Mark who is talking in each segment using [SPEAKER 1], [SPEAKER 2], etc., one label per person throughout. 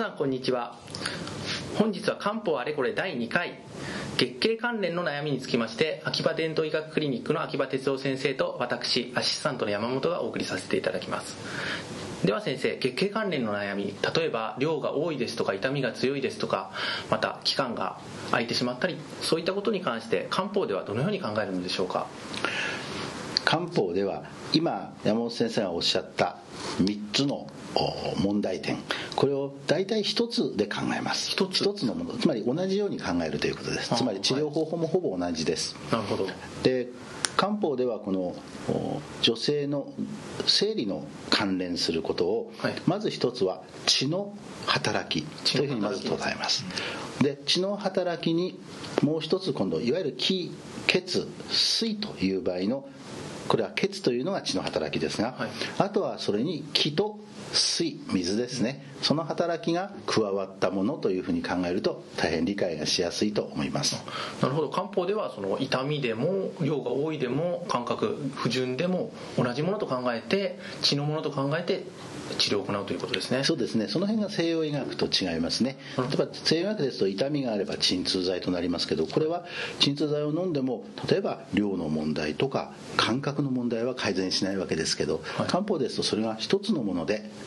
[SPEAKER 1] さんこんにちは。本日は漢方あれこれ第2回月経関連の悩みにつきまして秋葉伝統医学クリニックの秋葉哲夫先生と私アシスタントの山本がお送りさせていただきます。では先生、月経関連の悩み、例えば量が多いですとか痛みが強いですとか、また期間が空いてしまったり、そういったことに関して漢方ではどのように考えるのでしょうか。
[SPEAKER 2] 漢方では今山本先生がおっしゃった3つの問題点、これを大体1つで考えます。1つのもの、つまり同じように考えるということです。つまり治療方法もほぼ同じです。
[SPEAKER 1] なるほど。
[SPEAKER 2] で、漢方ではこの女性の生理の関連することを、まず一つは血の働きというふうにまず捉えます。で、血の働きにもう一つ今度いわゆる気血水という場合の、これは血というのが血の働きですが、あとはそれに気と水、水ですね、その働きが加わったものというふうに考えると大変理解がしやすいと思います。
[SPEAKER 1] なるほど。漢方ではその痛みでも量が多いでも感覚不順でも同じものと考えて、血のものと考えて治療を行うということですね。
[SPEAKER 2] そうですね。その辺が西洋医学と違いますね。例えば西洋医学ですと痛みがあれば鎮痛剤となりますけど、これは鎮痛剤を飲んでも例えば量の問題とか感覚の問題は改善しないわけですけど、漢方ですとそれが一つのもので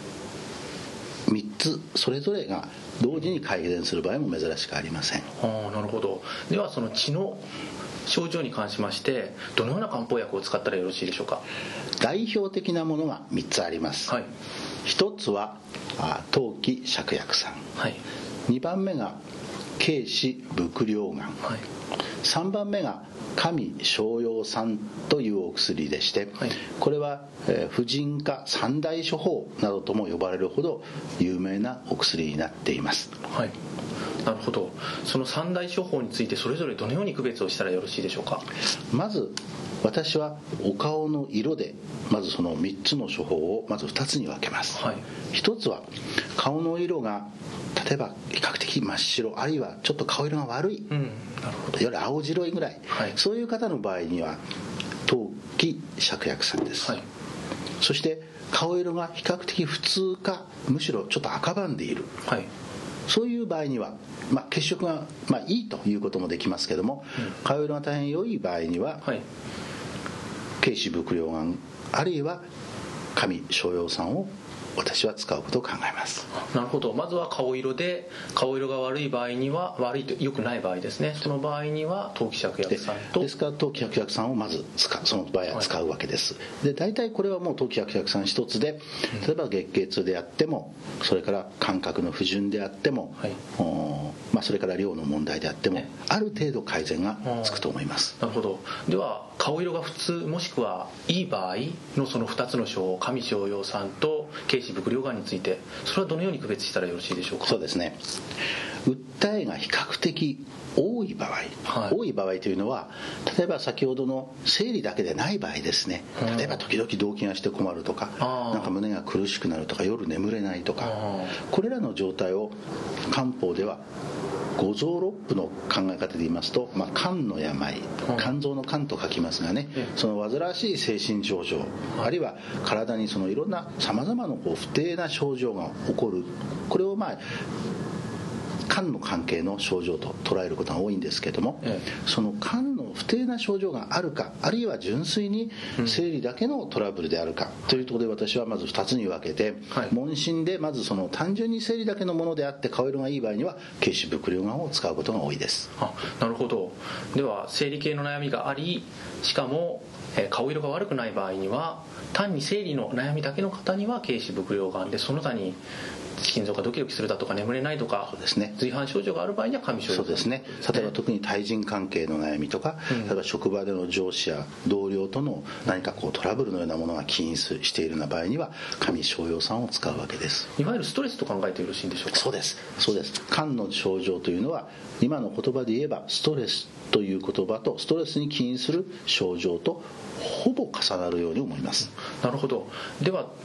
[SPEAKER 2] 3つそれぞれが同時に改善する場合も珍しくありません。
[SPEAKER 1] なるほど。ではその血の症状に関しましてどのような漢方薬を使ったらよろしいでしょうか。
[SPEAKER 2] 代表的なものが3つあります。1つは当帰芍薬散、2番目が桂枝伏量丸、3番目が上逍遙散というお薬でして、これは婦人科三大処方などとも呼ばれるほど有名なお薬になっています。
[SPEAKER 1] なるほど。その三大処方についてそれぞれどのように区別をしたらよろしいでしょうか。
[SPEAKER 2] まず私はお顔の色でまずその3つの処方をまず2つに分けます。1つは顔の色が例えば比較的真っ白、あるいはちょっと顔色が悪い、いわゆる青白いぐらい、そういう方の場合には当帰芍薬散です。そして顔色が比較的普通かむしろちょっと赤ばんでいる、そういう場合には、血色がいいということもできますけども、顔色が大変良い場合には、桂枝伏量丸あるいは上逍遙散を私は使うことを考えます。
[SPEAKER 1] なるほど。まずは顔色で、顔色が悪い場合には、悪いと良くない場合ですね、その場合には当帰芍薬散と、
[SPEAKER 2] ですから当帰芍薬散をまずその場合は使うわけです。で、大体これはもう当帰芍薬散一つで、例えば月経痛であっても、それから感覚の不順であっても、それから量の問題であっても、ある程度改善がつくと思います。
[SPEAKER 1] なるほど。では顔色が普通もしくはいい場合のその2つの処方、上逍遙散と桂枝伏量丸について、それはどのように区別したらよろしいでしょうか。
[SPEAKER 2] そうですね。訴えが比較的多い場合、多い場合というのは例えば先ほどの生理だけでない場合ですね。例えば時々動悸がして困るとか、なんか胸が苦しくなるとか、夜眠れないとか、これらの状態を漢方では五臓六腑の考え方で言いますと、肝の病、肝臓の肝と書きますがね、その煩わしい精神症状、あるいは体にそのいろんなさまざまな不定な症状が起こる、これを肝の関係の症状と捉えることが多いんですけども、その肝の不定な症状があるか、あるいは純粋に生理だけのトラブルであるかというところで、私はまず2つに分けて、問診でまずその単純に生理だけのものであって顔色がいい場合には桂枝伏量丸を使うことが多いです。
[SPEAKER 1] なるほど。では生理系の悩みがあり、しかも顔色が悪くない場合には、単に生理の悩みだけの方には桂枝伏量丸で、その他に心臓がドキドキするだとか眠れないとか、随伴症状がある場合には上逍遙散。そうですね。
[SPEAKER 2] 例えば特に対人関係の悩みとか、例えば職場での上司や同僚との何かトラブルのようなものが起因しているような場合には上逍遙散を使うわけです。
[SPEAKER 1] いわゆるストレスと考えてよろしいんでしょうか。
[SPEAKER 2] そうです。肝の症状というのは今の言葉で言えばストレスという言葉とストレスに起因する症状とほぼ重なるように思います。
[SPEAKER 1] なるほど。では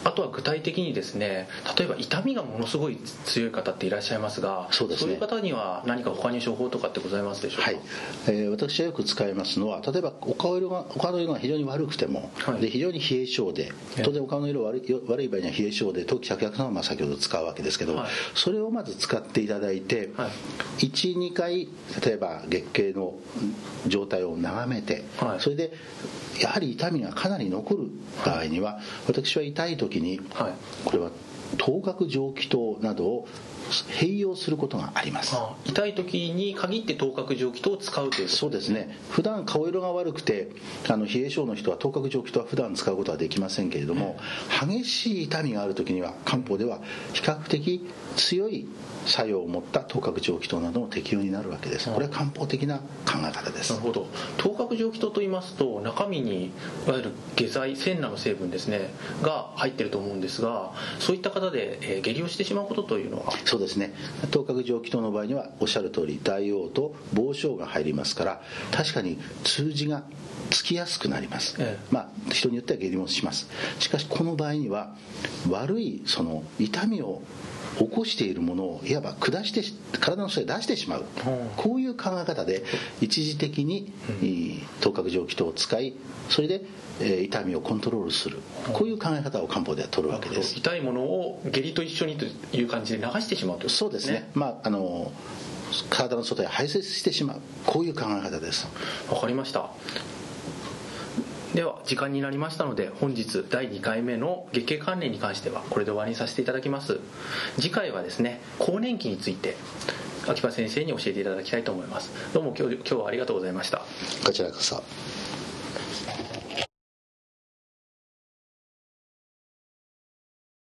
[SPEAKER 1] あとは具体的にですね、例えば痛みがものすごい強い方っていらっしゃいますが、そうですね、そういう方には何か他に処方とかってございますでしょうか？
[SPEAKER 2] はい、私はよく使いますのは、例えばお顔の色が非常に悪くても、はい、で非常に冷え性で、当然お顔の色悪い場合には冷え性で当期芍薬散は先ほど使うわけですけど、はい、それをまず使っていただいて、はい、1、2回例えば月経の状態を眺めて、はい、それでやはり痛みがかなり残る場合には、私は痛い時に、はい、これは頭角蒸気湯などを併用することがあります。
[SPEAKER 1] 痛い時に限って頭角蒸気湯を使うということですね。
[SPEAKER 2] そうですね。普段顔色が悪くて冷え性の人は頭角蒸気湯は普段使うことはできませんけれども、激しい痛みがある時には漢方では比較的強い作用を持った頭角蒸気湯などの適用になるわけです。これは漢方的な考え方です。
[SPEAKER 1] なるほど。頭角蒸気湯と言いますと、中身にいわゆる下剤センナの成分ですねが入っていると思うんですが、そういった方で下痢をしてしまうことというのは？
[SPEAKER 2] そうですね。頭角蒸気湯の場合にはおっしゃる通り大黄と傍消が入りますから、確かに通じがつきやすくなります、人によっては下痢もします。しかしこの場合には悪いその痛みを起こしているものをいわば下して体の外へ出してしまう、こういう考え方で一時的に頭角蒸気湯を使い、それで痛みをコントロールする、こういう考え方を漢方では取るわけです。
[SPEAKER 1] 痛いものを下痢と一緒にという感じで流してしまうということですね。
[SPEAKER 2] そうですね。体の外へ排泄してしまう、こういう考え方です。
[SPEAKER 1] わかりました。では時間になりましたので、本日第2回目の月経関連に関してはこれで終わりにさせていただきます。次回はですね、更年期について秋葉先生に教えていただきたいと思います。どうも今日はありがとうございました。
[SPEAKER 2] こちらこそ。